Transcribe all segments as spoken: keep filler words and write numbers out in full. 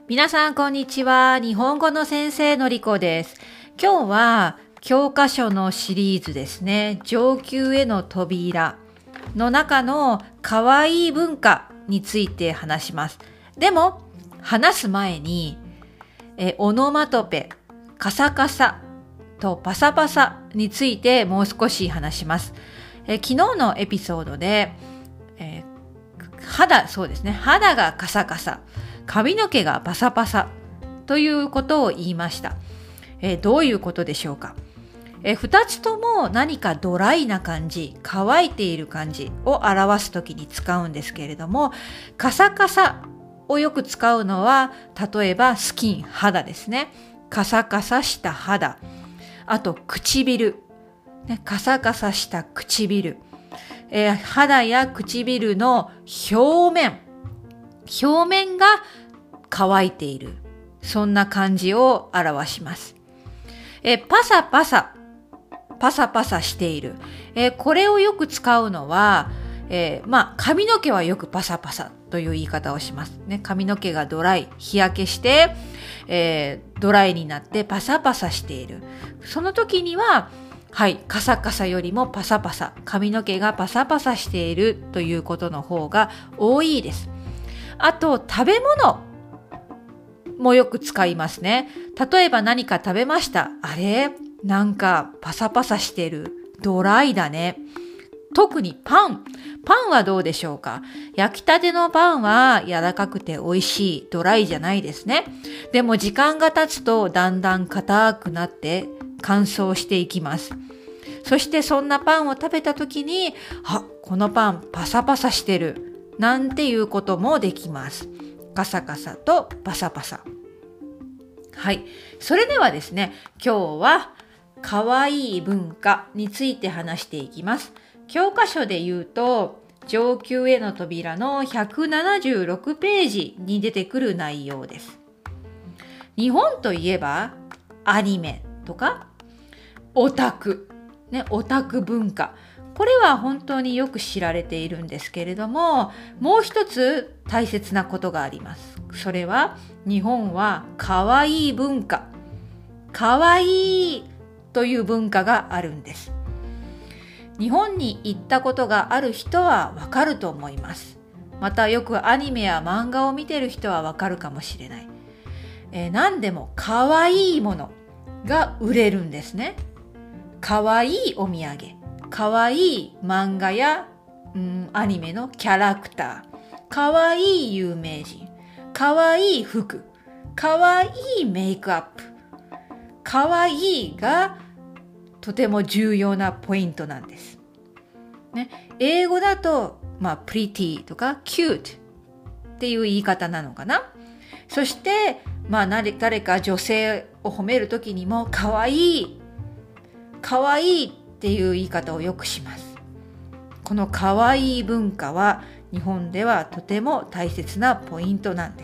皆さんこんにちは。日本語の先生のりこです。今日は教科書のシリーズですね。上級への扉の中のかわいい文化について話します。でも話す前にえオノマトペ、カサカサとパサパサについてもう少し話します。え昨日のエピソードで、えー、肌、そうですね。肌がカサカサ。髪の毛がパサパサということを言いました。えー、どういうことでしょうか。えー、二つとも何かドライな感じ、乾いている感じを表すときに使うんですけれども、カサカサをよく使うのは、例えばスキン、肌ですね。カサカサした肌。あと唇、ね、カサカサした唇。えー、肌や唇の表面。表面が乾いている。そんな感じを表します。えー、パサパサ、パサパサしている。えー、これをよく使うのは、えー、まあ、髪の毛はよくパサパサという言い方をします。ね、髪の毛がドライ、日焼けして、えー、ドライになってパサパサしている。その時には、はい、カサカサよりもパサパサ、髪の毛がパサパサしているということの方が多いです。あと、食べ物もよく使いますね。例えば何か食べました。あれ？なんかパサパサしてる。ドライだね。特にパン。パンはどうでしょうか？焼きたてのパンは柔らかくて美味しい。ドライじゃないですね。でも時間が経つとだんだん硬くなって乾燥していきます。そしてそんなパンを食べた時に、あ、このパンパサパサしてる。なんていうこともできます。カサカサとパサパサ。はい。それではですね、今日はかわいい文化について話していきます。教科書で言うと、上級への扉のひゃくななじゅうろくページに出てくる内容です。日本といえば、アニメとか、オタク、ね、オタク文化。これは本当によく知られているんですけれども、もう一つ大切なことがあります。それは、日本はかわいい文化。かわいいという文化があるんです。日本に行ったことがある人はわかると思います。またよくアニメや漫画を見てる人はわかるかもしれない。えー、何でもかわいいものが売れるんですね。かわいいお土産。かわいい漫画や、うん、アニメのキャラクター。かわいい有名人。かわいい服。かわいいメイクアップ。かわいいがとても重要なポイントなんです。ね、英語だと、まあ、pretty とか cute っていう言い方なのかな。そして、まあ、誰か女性を褒めるときにも、かわいい、かわいいっていう言い方をよくします。このかわいい文化は、日本ではとても大切なポイントなんです。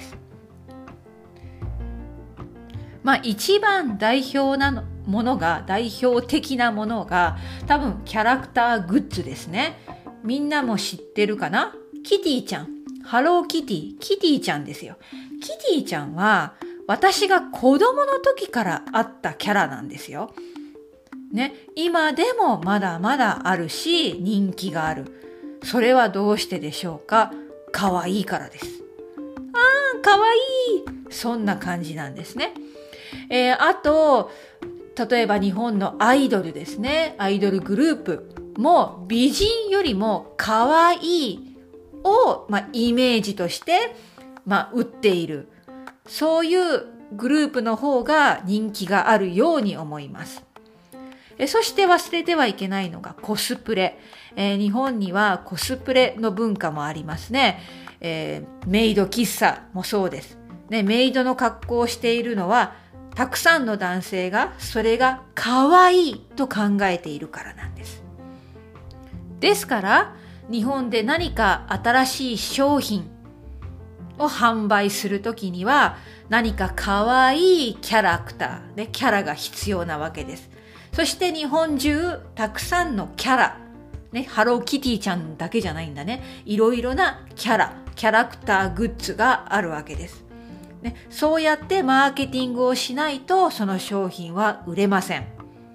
まあ、一番代表なのものが、代表的なものが、多分キャラクターグッズですね。みんなも知ってるかな？キティちゃん。ハローキティ。キティちゃんですよ。キティちゃんは、私が子供の時からあったキャラなんですよ。ね。今でもまだまだあるし、人気がある。それはどうしてでしょうか？かわいいからです。あー、かわいい。そんな感じなんですね。えー、あと、例えば日本のアイドルですね。アイドルグループも美人よりも可愛いを、まあ、イメージとして、まあ、売っている。そういうグループの方が人気があるように思います。えそして忘れてはいけないのがコスプレ。えー、日本にはコスプレの文化もありますね。えー、メイド喫茶もそうです。ね、メイドの格好をしているのはたくさんの男性がそれが可愛いと考えているからなんです。ですから日本で何か新しい商品を販売するときには何か可愛いキャラクター、ね、キャラが必要なわけです。そして日本中たくさんのキャラ、ね、ハローキティちゃんだけじゃないんだね。いろいろなキャラ、キャラクターグッズがあるわけです。 ね、そうやってマーケティングをしないとその商品は売れません。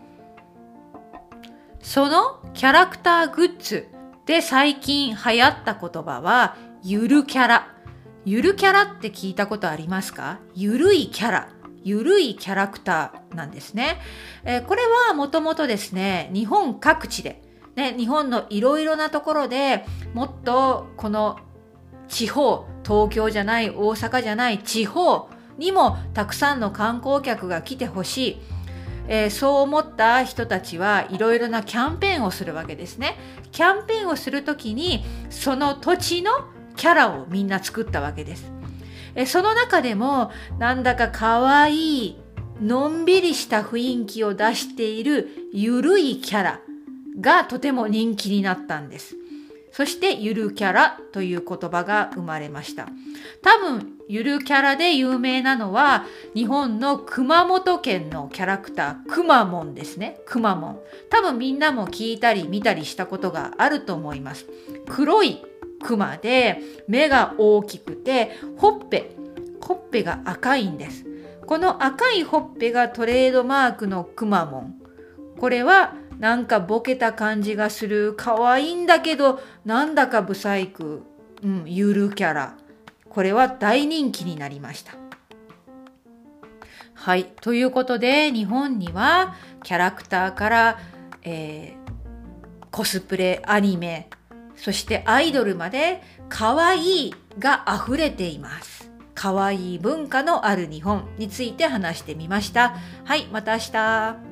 そのキャラクターグッズで最近流行った言葉はゆるキャラ。ゆるキャラって聞いたことありますか？ゆるいキャラ。ゆるいキャラクターなんですね。えー、これはもともとですね、日本各地で、ね、日本のいろいろなところでもっとこの地方、東京じゃない、大阪じゃない地方にもたくさんの観光客が来てほしい。えー、そう思った人たちはいろいろなキャンペーンをするわけですね。キャンペーンをするときにその土地のキャラをみんな作ったわけです。えー、その中でもなんだかかわいいのんびりした雰囲気を出しているゆるいキャラがとても人気になったんです。そしてゆるキャラという言葉が生まれました。多分ゆるキャラで有名なのは日本の熊本県のキャラクターくまモンですね。くまモン。多分みんなも聞いたり見たりしたことがあると思います。黒いクマで目が大きくてほっぺ、ほっぺが赤いんです。この赤いほっぺがトレードマークのくまモン。これはなんかボケた感じがする、可愛いんだけどなんだかブサイク、うん、ゆるキャラ。これは大人気になりました。はい、ということで日本にはキャラクターから、えー、コスプレ、アニメ、そしてアイドルまで可愛いが溢れています。可愛い文化のある日本について話してみました。はい、また明日。